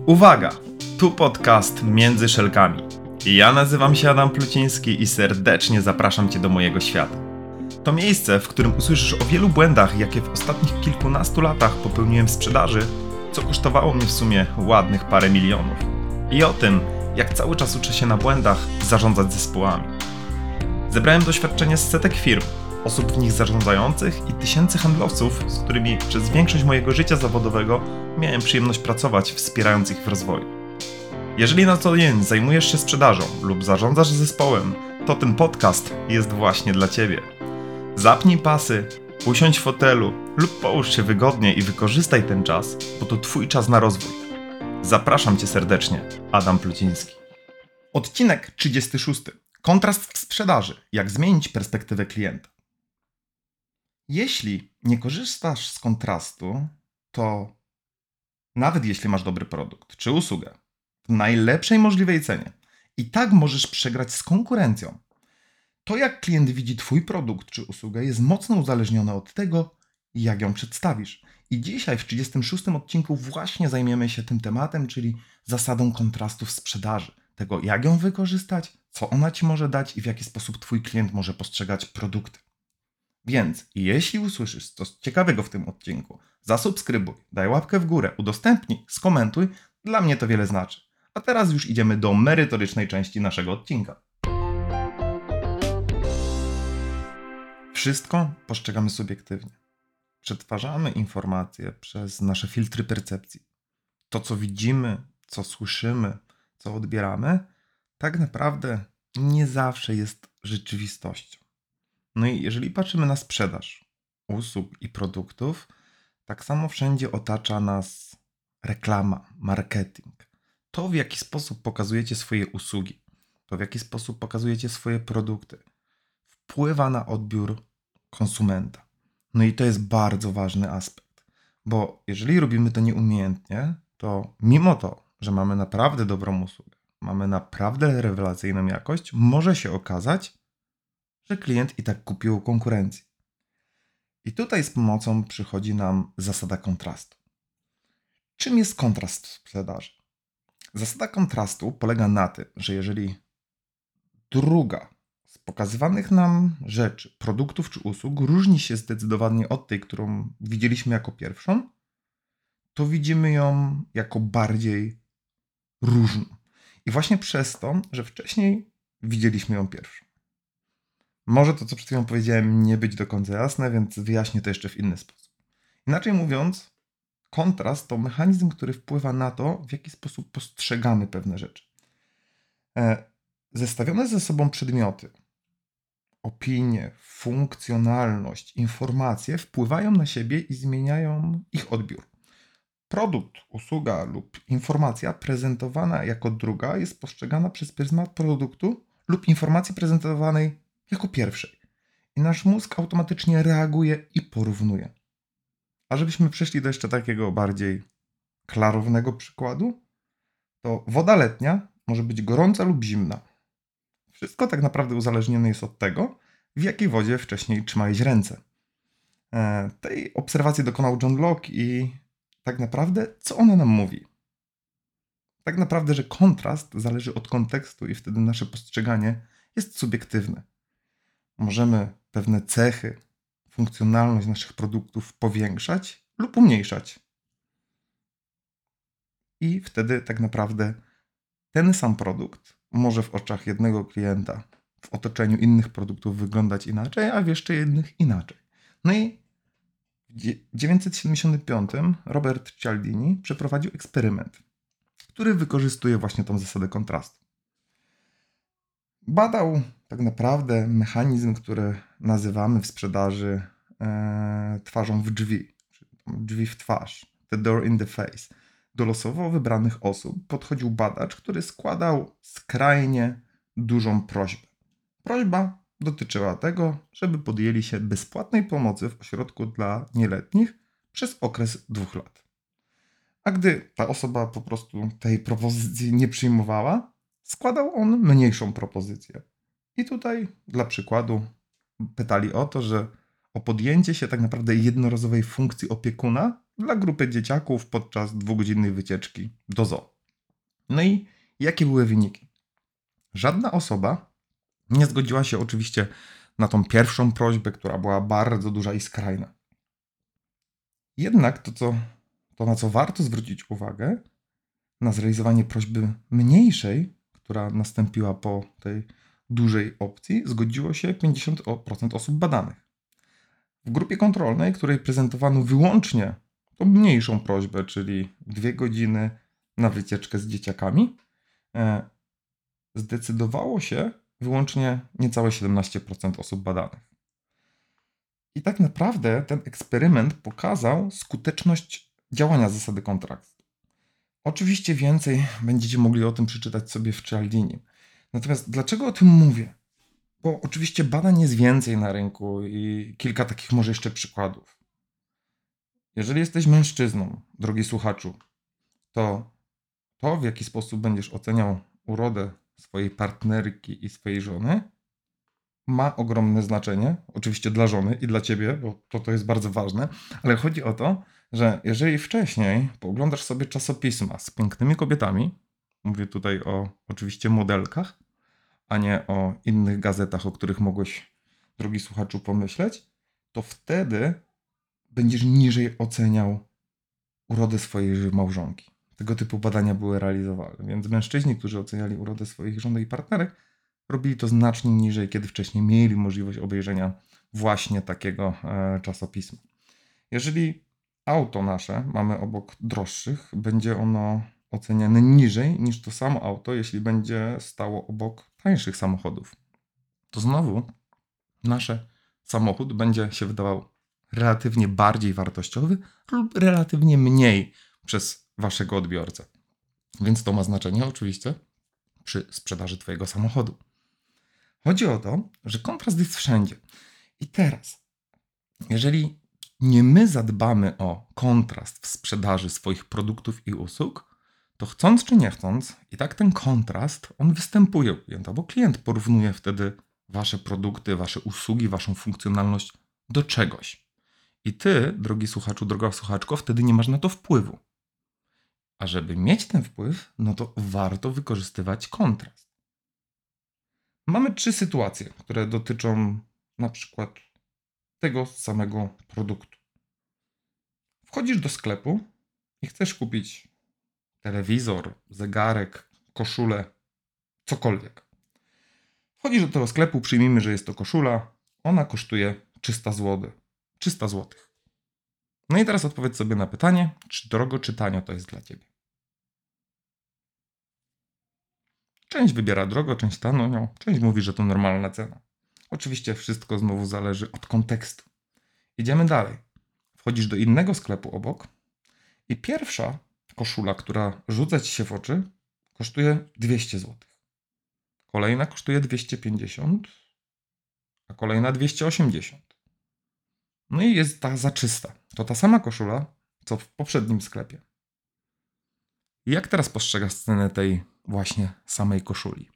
Uwaga! Tu podcast Między Szelkami. Ja nazywam się Adam Pluciński i serdecznie zapraszam Cię do mojego świata. To miejsce, w którym usłyszysz o wielu błędach, jakie w ostatnich kilkunastu latach popełniłem w sprzedaży, co kosztowało mnie w sumie ładnych parę milionów. I o tym, jak cały czas uczę się na błędach zarządzać zespołami. Zebrałem doświadczenie z setek firm, osób w nich zarządzających i tysięcy handlowców, z którymi przez większość mojego życia zawodowego miałem przyjemność pracować, wspierając ich w rozwoju. Jeżeli na co dzień zajmujesz się sprzedażą lub zarządzasz zespołem, to ten podcast jest właśnie dla Ciebie. Zapnij pasy, usiądź w fotelu lub połóż się wygodnie i wykorzystaj ten czas, bo to Twój czas na rozwój. Zapraszam Cię serdecznie, Adam Pluciński. Odcinek 36. Kontrast w sprzedaży. Jak zmienić perspektywę klienta. Jeśli nie korzystasz z kontrastu, to nawet jeśli masz dobry produkt czy usługę w najlepszej możliwej cenie, i tak możesz przegrać z konkurencją. To, jak klient widzi Twój produkt czy usługę, jest mocno uzależnione od tego, jak ją przedstawisz. I dzisiaj w 36 odcinku właśnie zajmiemy się tym tematem, czyli zasadą kontrastu w sprzedaży. Tego, jak ją wykorzystać, co ona Ci może dać i w jaki sposób Twój klient może postrzegać produkty. Więc jeśli usłyszysz coś ciekawego w tym odcinku, zasubskrybuj, daj łapkę w górę, udostępnij, skomentuj, dla mnie to wiele znaczy. A teraz już idziemy do merytorycznej części naszego odcinka. Wszystko postrzegamy subiektywnie. Przetwarzamy informacje przez nasze filtry percepcji. To, co widzimy, co słyszymy, co odbieramy, tak naprawdę nie zawsze jest rzeczywistością. No i jeżeli patrzymy na sprzedaż usług i produktów, tak samo wszędzie otacza nas reklama, marketing. To, w jaki sposób pokazujecie swoje usługi, to, w jaki sposób pokazujecie swoje produkty, wpływa na odbiór konsumenta. No i to jest bardzo ważny aspekt, bo jeżeli robimy to nieumiejętnie, to mimo to, że mamy naprawdę dobrą usługę, mamy naprawdę rewelacyjną jakość, może się okazać, że klient i tak kupił u konkurencji. I tutaj z pomocą przychodzi nam zasada kontrastu. Czym jest kontrast w sprzedaży? Zasada kontrastu polega na tym, że jeżeli druga z pokazywanych nam rzeczy, produktów czy usług różni się zdecydowanie od tej, którą widzieliśmy jako pierwszą, to widzimy ją jako bardziej różną. I właśnie przez to, że wcześniej widzieliśmy ją pierwszą. Może to, co przed chwilą powiedziałem, nie być do końca jasne, więc wyjaśnię to jeszcze w inny sposób. Inaczej mówiąc, kontrast to mechanizm, który wpływa na to, w jaki sposób postrzegamy pewne rzeczy. Zestawione ze sobą przedmioty, opinie, funkcjonalność, informacje wpływają na siebie i zmieniają ich odbiór. Produkt, usługa lub informacja prezentowana jako druga jest postrzegana przez pryzmat produktu lub informacji prezentowanej jako pierwszej. I nasz mózg automatycznie reaguje i porównuje. A żebyśmy przeszli do jeszcze takiego bardziej klarownego przykładu, to woda letnia może być gorąca lub zimna. Wszystko tak naprawdę uzależnione jest od tego, w jakiej wodzie wcześniej trzymałeś ręce. Tej obserwacji dokonał John Locke i tak naprawdę co ona nam mówi? Tak naprawdę, że kontrast zależy od kontekstu i wtedy nasze postrzeganie jest subiektywne. Możemy pewne cechy, funkcjonalność naszych produktów powiększać lub umniejszać. I wtedy tak naprawdę ten sam produkt może w oczach jednego klienta, w otoczeniu innych produktów wyglądać inaczej, a w jeszcze innych inaczej. No i w 1975 Robert Cialdini przeprowadził eksperyment, który wykorzystuje właśnie tą zasadę kontrastu. Badał tak naprawdę mechanizm, który nazywamy w sprzedaży twarzą w drzwi, czyli drzwi w twarz, the door in the face. Do losowo wybranych osób podchodził badacz, który składał skrajnie dużą prośbę. Prośba dotyczyła tego, żeby podjęli się bezpłatnej pomocy w ośrodku dla nieletnich przez okres 2 lat. A gdy ta osoba po prostu tej propozycji nie przyjmowała, składał on mniejszą propozycję. I tutaj dla przykładu pytali o to, że o podjęcie się tak naprawdę jednorazowej funkcji opiekuna dla grupy dzieciaków podczas 2-godzinnej wycieczki do zoo. No i jakie były wyniki? Żadna osoba nie zgodziła się oczywiście na tą pierwszą prośbę, która była bardzo duża i skrajna. Jednak to na co warto zwrócić uwagę, na zrealizowanie prośby mniejszej, która nastąpiła po tej dużej opcji, zgodziło się 50% osób badanych. W grupie kontrolnej, której prezentowano wyłącznie tą mniejszą prośbę, czyli 2 godziny na wycieczkę z dzieciakami, zdecydowało się wyłącznie niecałe 17% osób badanych. I tak naprawdę ten eksperyment pokazał skuteczność działania zasady kontraktu. Oczywiście więcej będziecie mogli o tym przeczytać sobie w Cialdini. Natomiast dlaczego o tym mówię? Bo oczywiście badań jest więcej na rynku i kilka takich może jeszcze przykładów. Jeżeli jesteś mężczyzną, drogi słuchaczu, to w jaki sposób będziesz oceniał urodę swojej partnerki i swojej żony, ma ogromne znaczenie, oczywiście dla żony i dla ciebie, bo to jest bardzo ważne, ale chodzi o to, że jeżeli wcześniej pooglądasz sobie czasopisma z pięknymi kobietami, mówię tutaj o oczywiście modelkach, a nie o innych gazetach, o których mogłeś, drogi słuchaczu, pomyśleć, to wtedy będziesz niżej oceniał urodę swojej małżonki. Tego typu badania były realizowane, więc mężczyźni, którzy oceniali urodę swoich żon i partnerek, robili to znacznie niżej, kiedy wcześniej mieli możliwość obejrzenia właśnie takiego czasopisma. Jeżeli auto nasze mamy obok droższych, będzie ono oceniane niżej niż to samo auto, jeśli będzie stało obok tańszych samochodów. To znowu nasz samochód będzie się wydawał relatywnie bardziej wartościowy lub relatywnie mniej przez waszego odbiorcę. Więc to ma znaczenie oczywiście przy sprzedaży twojego samochodu. Chodzi o to, że kontrast jest wszędzie. I teraz, jeżeli nie my zadbamy o kontrast w sprzedaży swoich produktów i usług, to chcąc czy nie chcąc, i tak ten kontrast, on występuje u klienta, bo klient porównuje wtedy wasze produkty, wasze usługi, waszą funkcjonalność do czegoś. I ty, drogi słuchaczu, droga słuchaczko, wtedy nie masz na to wpływu. A żeby mieć ten wpływ, no to warto wykorzystywać kontrast. Mamy 3 sytuacje, które dotyczą na przykład tego samego produktu. Wchodzisz do sklepu i chcesz kupić telewizor, zegarek, koszulę, cokolwiek. Wchodzisz do tego sklepu, przyjmijmy, że jest to koszula, ona kosztuje 300 zł. 300 zł. No i teraz odpowiedz sobie na pytanie, czy drogo, czy tanio to jest dla ciebie. Część wybiera drogo, część tanio, część mówi, że to normalna cena. Oczywiście wszystko znowu zależy od kontekstu. Idziemy dalej. Wchodzisz do innego sklepu obok i pierwsza koszula, która rzuca ci się w oczy, kosztuje 200 zł. Kolejna kosztuje 250, a kolejna 280. No i jest ta za 300. To ta sama koszula, co w poprzednim sklepie. Jak teraz postrzegasz cenę tej właśnie samej koszuli?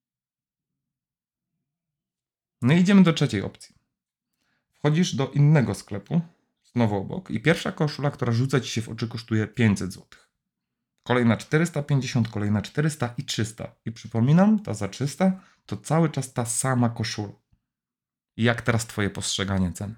No i idziemy do trzeciej opcji. Wchodzisz do innego sklepu, znowu obok, i pierwsza koszula, która rzuca ci się w oczy, kosztuje 500 zł. Kolejna 450, kolejna 400 i 300. I przypominam, ta za 300 to cały czas ta sama koszula. Jak teraz twoje postrzeganie ceny?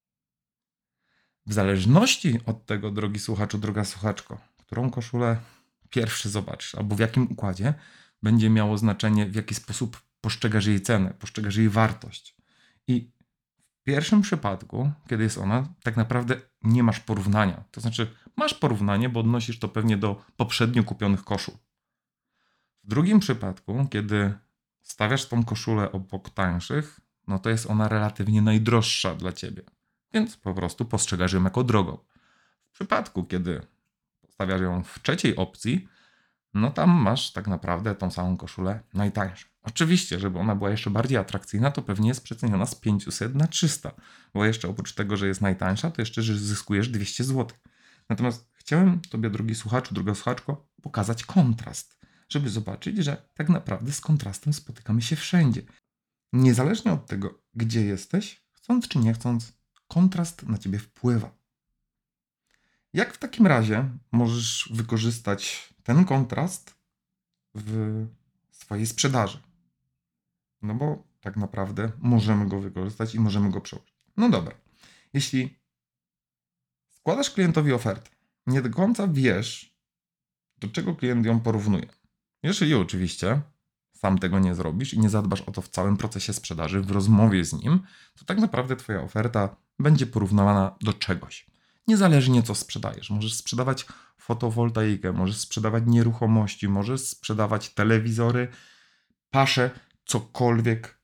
W zależności od tego, drogi słuchaczu, droga słuchaczko, którą koszulę pierwszy zobaczysz, albo w jakim układzie, będzie miało znaczenie, w jaki sposób postrzegasz jej cenę, postrzegasz jej wartość. I w pierwszym przypadku, kiedy jest ona, tak naprawdę nie masz porównania. To znaczy, masz porównanie, bo odnosisz to pewnie do poprzednio kupionych koszul. W drugim przypadku, kiedy stawiasz tą koszulę obok tańszych, no to jest ona relatywnie najdroższa dla ciebie. Więc po prostu postrzegasz ją jako drogą. W przypadku, kiedy stawiasz ją w trzeciej opcji, no tam masz tak naprawdę tą samą koszulę najtańszą. Oczywiście, żeby ona była jeszcze bardziej atrakcyjna, to pewnie jest przeceniona z 500 na 300, bo jeszcze oprócz tego, że jest najtańsza, to jeszcze że zyskujesz 200 zł. Natomiast chciałem tobie, drogi słuchaczu, droga słuchaczko, pokazać kontrast, żeby zobaczyć, że tak naprawdę z kontrastem spotykamy się wszędzie. Niezależnie od tego, gdzie jesteś, chcąc czy nie chcąc, kontrast na ciebie wpływa. Jak w takim razie możesz wykorzystać ten kontrast w swojej sprzedaży. No bo tak naprawdę możemy go wykorzystać i możemy go przełożyć. No dobra. Jeśli składasz klientowi ofertę, nie do końca wiesz, do czego klient ją porównuje. Jeżeli oczywiście sam tego nie zrobisz i nie zadbasz o to w całym procesie sprzedaży, w rozmowie z nim, to tak naprawdę twoja oferta będzie porównywana do czegoś. Niezależnie co sprzedajesz. Możesz sprzedawać fotowoltaikę, możesz sprzedawać nieruchomości, możesz sprzedawać telewizory, pasze, cokolwiek.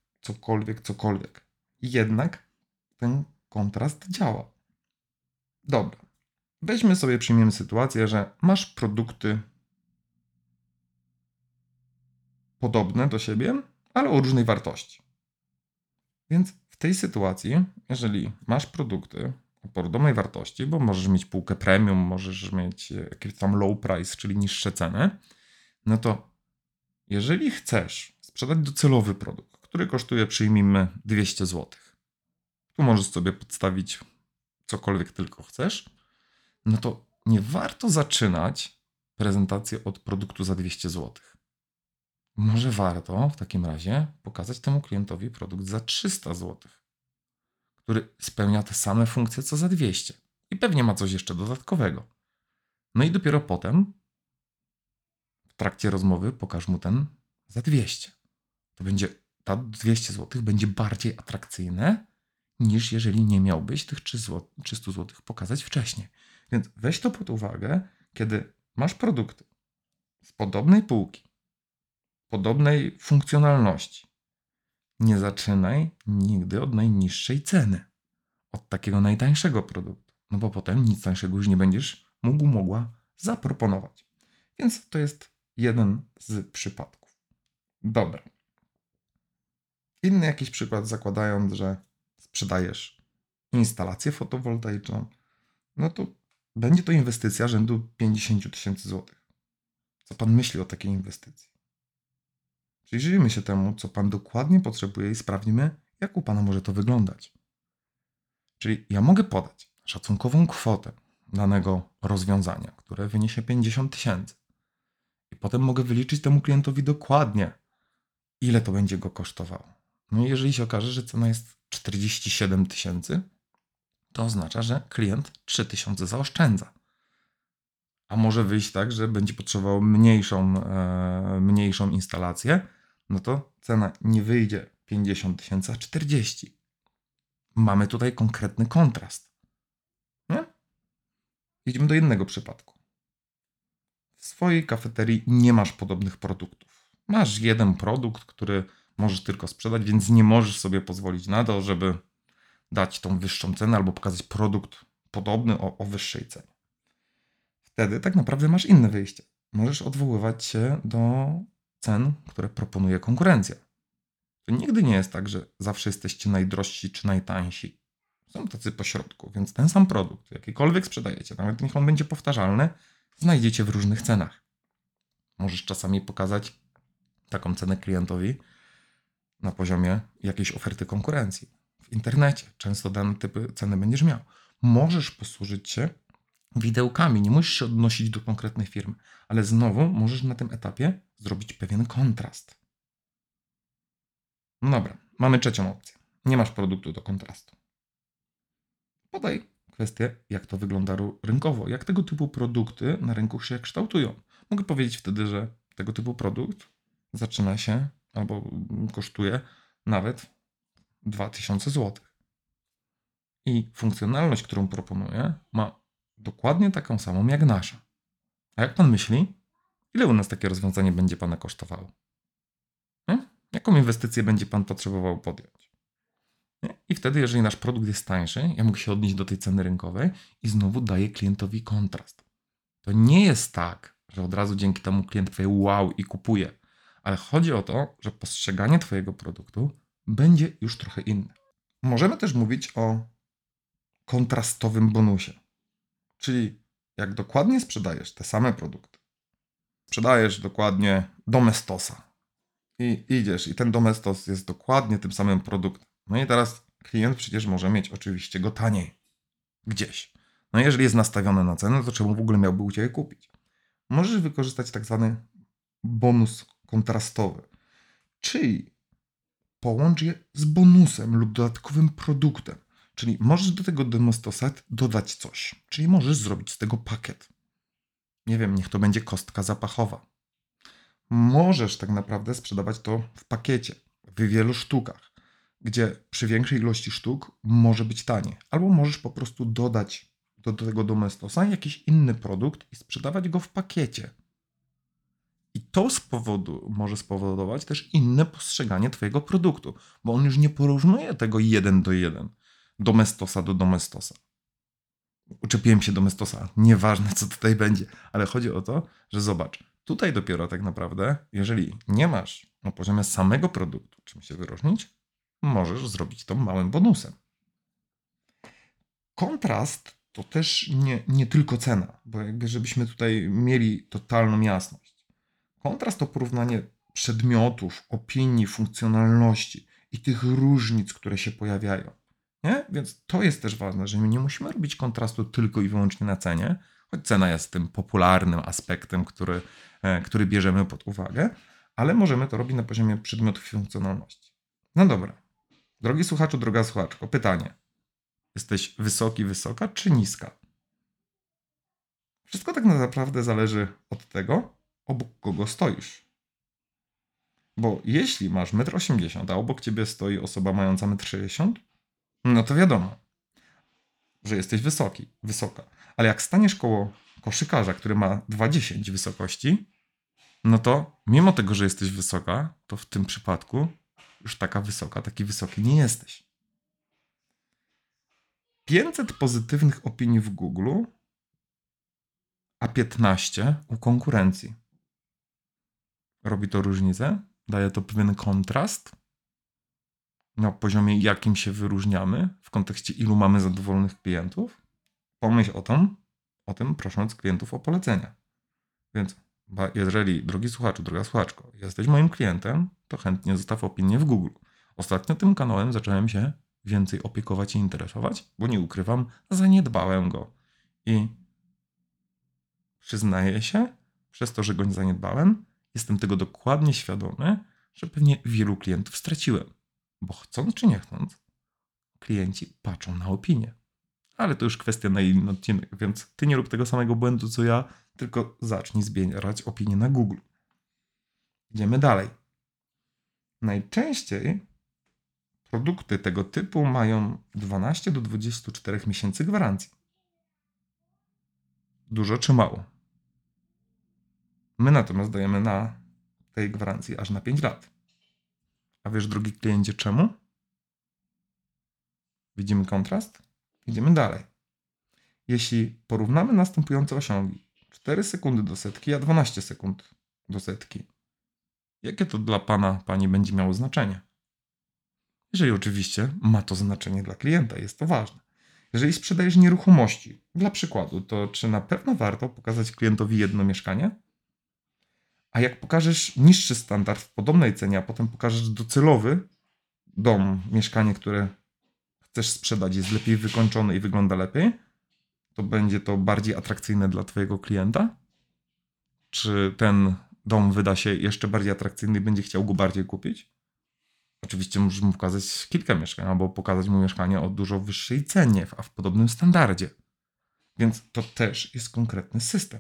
Jednak ten kontrast działa. Dobra. Weźmy sobie, przyjmiemy sytuację, że masz produkty podobne do siebie, ale o różnej wartości. Więc w tej sytuacji, jeżeli masz produkty o podobnej wartości, bo możesz mieć półkę premium, możesz mieć jakiś tam low price, czyli niższe ceny, no to jeżeli chcesz sprzedać docelowy produkt, który kosztuje, przyjmijmy, 200 zł, tu możesz sobie podstawić cokolwiek tylko chcesz, no to nie warto zaczynać prezentację od produktu za 200 zł. Może warto w takim razie pokazać temu klientowi produkt za 300 zł, który spełnia te same funkcje co za 200 i pewnie ma coś jeszcze dodatkowego. No i dopiero potem w trakcie rozmowy pokaż mu ten za 200. To będzie, ta 200 zł będzie bardziej atrakcyjne niż jeżeli nie miałbyś tych 300 zł pokazać wcześniej. Więc weź to pod uwagę, kiedy masz produkty z podobnej półki, podobnej funkcjonalności. Nie zaczynaj nigdy od najniższej ceny, od takiego najtańszego produktu, no bo potem nic tańszego już nie będziesz mogła zaproponować. Więc to jest jeden z przypadków. Dobra. Inny jakiś przykład, zakładając, że sprzedajesz instalację fotowoltaiczną, no to będzie to inwestycja rzędu 50 000 złotych. Co pan myśli o takiej inwestycji? Przyjrzyjmy się temu, co pan dokładnie potrzebuje i sprawdźmy, jak u pana może to wyglądać. Czyli ja mogę podać szacunkową kwotę danego rozwiązania, które wyniesie 50 000. I potem mogę wyliczyć temu klientowi dokładnie, ile to będzie go kosztowało. No i jeżeli się okaże, że cena jest 47 000, to oznacza, że klient 3000 zaoszczędza. A może wyjść tak, że będzie potrzebował mniejszą instalację, no to cena nie wyjdzie 50 000, a 40. Mamy tutaj konkretny kontrast. Nie? Idziemy do innego przypadku. W swojej kafeterii nie masz podobnych produktów. Masz jeden produkt, który możesz tylko sprzedać, więc nie możesz sobie pozwolić na to, żeby dać tą wyższą cenę albo pokazać produkt podobny o wyższej cenie. Wtedy tak naprawdę masz inne wyjście. Możesz odwoływać się do cen, które proponuje konkurencja. To nigdy nie jest tak, że zawsze jesteście najdrożsi czy najtańsi. Są tacy pośrodku, więc ten sam produkt, jakikolwiek sprzedajecie, nawet niech on będzie powtarzalny, znajdziecie w różnych cenach. Możesz czasami pokazać taką cenę klientowi na poziomie jakiejś oferty konkurencji. W internecie często dane typy ceny będziesz miał. Możesz posłużyć się widełkami, nie musisz się odnosić do konkretnej firmy, ale znowu możesz na tym etapie zrobić pewien kontrast. No dobra, mamy trzecią opcję. Nie masz produktu do kontrastu. Podaj kwestię, jak to wygląda rynkowo, jak tego typu produkty na rynku się kształtują. Mogę powiedzieć wtedy, że tego typu produkt zaczyna się albo kosztuje nawet 2000 zł. I funkcjonalność, którą proponuję, ma dokładnie taką samą jak nasza. A jak pan myśli, ile u nas takie rozwiązanie będzie pana kosztowało? Jaką inwestycję będzie pan potrzebował podjąć? I wtedy, jeżeli nasz produkt jest tańszy, ja mogę się odnieść do tej ceny rynkowej i znowu daję klientowi kontrast. To nie jest tak, że od razu dzięki temu klient powie wow i kupuje, ale chodzi o to, że postrzeganie twojego produktu będzie już trochę inne. Możemy też mówić o kontrastowym bonusie, czyli jak dokładnie sprzedajesz te same produkty, sprzedajesz dokładnie Domestosa i idziesz i ten Domestos jest dokładnie tym samym produktem. No i teraz klient przecież może mieć oczywiście go taniej gdzieś. No jeżeli jest nastawione na cenę, to czemu w ogóle miałby u Ciebie kupić? Możesz wykorzystać tak zwany bonus kontrastowy. Czyli połącz je z bonusem lub dodatkowym produktem. Czyli możesz do tego Domostoset dodać coś. Czyli możesz zrobić z tego pakiet. Nie wiem, niech to będzie kostka zapachowa. Możesz tak naprawdę sprzedawać to w pakiecie, w wielu sztukach, gdzie przy większej ilości sztuk może być taniej. Albo możesz po prostu dodać do tego Domestosa jakiś inny produkt i sprzedawać go w pakiecie. I to może spowodować też inne postrzeganie Twojego produktu, bo on już nie porównuje tego 1:1, Domestosa do Domestosa. Uczepiłem się Domestosa, nieważne co tutaj będzie, ale chodzi o to, że zobacz, tutaj dopiero tak naprawdę, jeżeli nie masz na poziomie samego produktu czym się wyróżnić, możesz zrobić to małym bonusem. Kontrast to też nie tylko cena, bo jakby żebyśmy tutaj mieli totalną jasność. Kontrast to porównanie przedmiotów, opinii, funkcjonalności i tych różnic, które się pojawiają. Nie? Więc to jest też ważne, że my nie musimy robić kontrastu tylko i wyłącznie na cenie, choć cena jest tym popularnym aspektem, który bierzemy pod uwagę, ale możemy to robić na poziomie przedmiotów i funkcjonalności. No dobra. Drogi słuchaczu, droga słuchaczko, pytanie. Jesteś wysoki, wysoka czy niska? Wszystko tak naprawdę zależy od tego, obok kogo stoisz. Bo jeśli masz 1,80 m, a obok ciebie stoi osoba mająca 1,60 m, no to wiadomo, że jesteś wysoki, wysoka. Ale jak staniesz koło koszykarza, który ma 2,10 m wysokości, no to mimo tego, że jesteś wysoka, to w tym przypadku już taka wysoka, taki wysoki nie jesteś. 500 pozytywnych opinii w Google, a 15 u konkurencji. Robi to różnicę? Daje to pewien kontrast na poziomie, jakim się wyróżniamy, w kontekście ilu mamy zadowolonych klientów. Pomyśl o tym prosząc klientów o polecenia. Więc jeżeli, drogi słuchaczu, droga słuchaczko, jesteś moim klientem, to chętnie zostaw opinię w Google. Ostatnio tym kanałem zacząłem się więcej opiekować i interesować, bo nie ukrywam, zaniedbałem go. I przyznaję się, przez to, że go nie zaniedbałem, jestem tego dokładnie świadomy, że pewnie wielu klientów straciłem. Bo chcąc czy nie chcąc, klienci patrzą na opinię. Ale to już kwestia na inny odcinek, więc ty nie rób tego samego błędu co ja, tylko zacznij zbierać opinie na Google. Idziemy dalej. Najczęściej produkty tego typu mają 12 do 24 miesięcy gwarancji. Dużo czy mało? My natomiast dajemy na tej gwarancji aż na 5 lat. A wiesz, drogi kliencie, czemu? Widzimy kontrast? Idziemy dalej. Jeśli porównamy następujące osiągi, 4 sekundy do setki, a 12 sekund do setki, jakie to dla pana, pani będzie miało znaczenie? Jeżeli oczywiście ma to znaczenie dla klienta, jest to ważne. Jeżeli sprzedajesz nieruchomości, dla przykładu, to czy na pewno warto pokazać klientowi jedno mieszkanie? A jak pokażesz niższy standard w podobnej cenie, a potem pokażesz docelowy dom, mieszkanie, które chcesz sprzedać, jest lepiej wykończone i wygląda lepiej, to będzie to bardziej atrakcyjne dla twojego klienta? Czy ten dom wyda się jeszcze bardziej atrakcyjny i będzie chciał go bardziej kupić? Oczywiście możesz mu pokazać kilka mieszkań, albo pokazać mu mieszkanie o dużo wyższej cenie, a w podobnym standardzie. Więc to też jest konkretny system.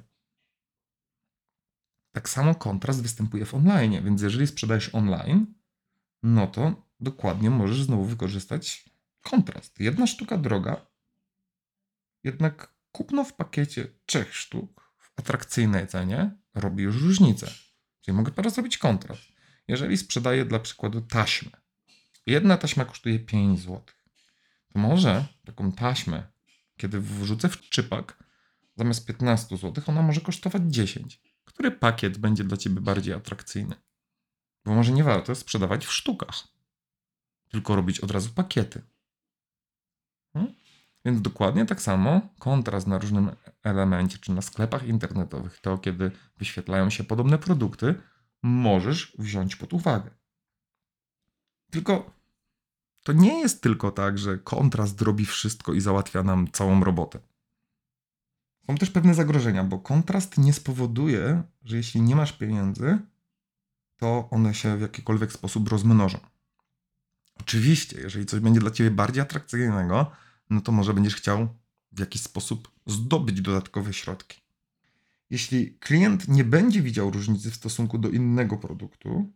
Tak samo kontrast występuje w online, więc jeżeli sprzedajesz online, no to dokładnie możesz znowu wykorzystać kontrast. Jedna sztuka droga, jednak kupno w pakiecie 3 sztuk w atrakcyjnej cenie robi już różnicę. Czyli mogę teraz zrobić kontrast. Jeżeli sprzedaję dla przykładu taśmę, jedna taśma kosztuje 5 zł, to może taką taśmę, kiedy wrzucę w czypak, zamiast 15 zł, ona może kosztować 10. Który pakiet będzie dla ciebie bardziej atrakcyjny? Bo może nie warto sprzedawać w sztukach, tylko robić od razu pakiety. Więc dokładnie tak samo kontrast na różnym elemencie, czy na sklepach internetowych, to kiedy wyświetlają się podobne produkty, możesz wziąć pod uwagę. Tylko to nie jest tylko tak, że kontrast robi wszystko i załatwia nam całą robotę. Są też pewne zagrożenia, bo kontrast nie spowoduje, że jeśli nie masz pieniędzy, to one się w jakikolwiek sposób rozmnożą. Oczywiście, jeżeli coś będzie dla ciebie bardziej atrakcyjnego, no to może będziesz chciał w jakiś sposób zdobyć dodatkowe środki. Jeśli klient nie będzie widział różnicy w stosunku do innego produktu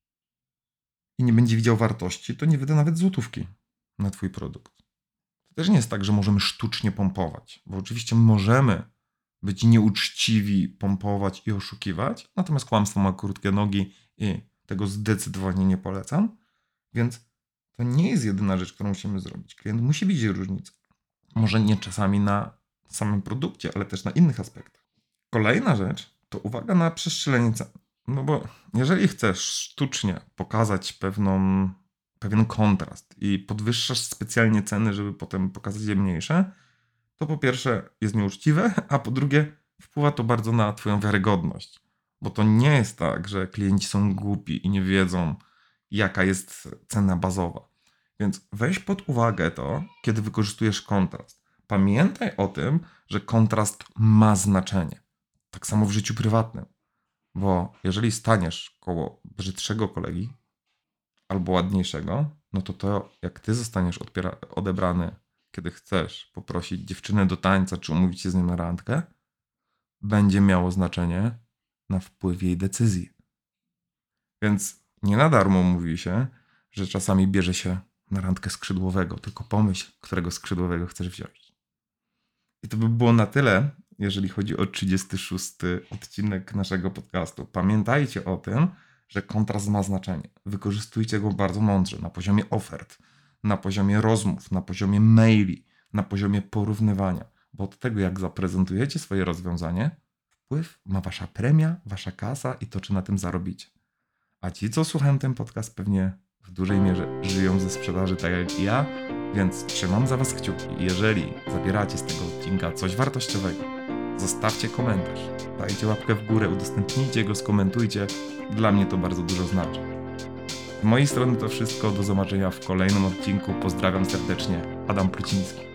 i nie będzie widział wartości, to nie wyda nawet złotówki na twój produkt. To też nie jest tak, że możemy sztucznie pompować, bo oczywiście możemy być nieuczciwi, pompować i oszukiwać, natomiast kłamstwo ma krótkie nogi i tego zdecydowanie nie polecam, więc to nie jest jedyna rzecz, którą musimy zrobić. Klient musi widzieć różnicę. Może nie czasami na samym produkcie, ale też na innych aspektach. Kolejna rzecz to uwaga na przestrzelenie cen. No bo jeżeli chcesz sztucznie pokazać pewien kontrast i podwyższasz specjalnie ceny, żeby potem pokazać je mniejsze, to po pierwsze jest nieuczciwe, a po drugie wpływa to bardzo na twoją wiarygodność. Bo to nie jest tak, że klienci są głupi i nie wiedzą, jaka jest cena bazowa. Więc weź pod uwagę to, kiedy wykorzystujesz kontrast. Pamiętaj o tym, że kontrast ma znaczenie. Tak samo w życiu prywatnym. Bo jeżeli staniesz koło brzydszego kolegi albo ładniejszego, no to jak ty zostaniesz odebrany, kiedy chcesz poprosić dziewczynę do tańca czy umówić się z nią na randkę, będzie miało znaczenie na wpływ jej decyzji. Więc nie na darmo mówi się, że czasami bierze się na randkę skrzydłowego, tylko pomyśl, którego skrzydłowego chcesz wziąć. I to by było na tyle, jeżeli chodzi o 36 odcinek naszego podcastu. Pamiętajcie o tym, że kontrast ma znaczenie. Wykorzystujcie go bardzo mądrze, na poziomie ofert, na poziomie rozmów, na poziomie maili, na poziomie porównywania. Bo od tego, jak zaprezentujecie swoje rozwiązanie, wpływ ma wasza premia, wasza kasa i to, czy na tym zarobicie. A ci, co słuchają ten podcast, pewnie w dużej mierze żyją ze sprzedaży, tak jak i ja, więc trzymam za was kciuki. Jeżeli zabieracie z tego odcinka coś wartościowego, zostawcie komentarz, dajcie łapkę w górę, udostępnijcie go, skomentujcie. Dla mnie to bardzo dużo znaczy. Z mojej strony to wszystko. Do zobaczenia w kolejnym odcinku. Pozdrawiam serdecznie. Adam Pluciński.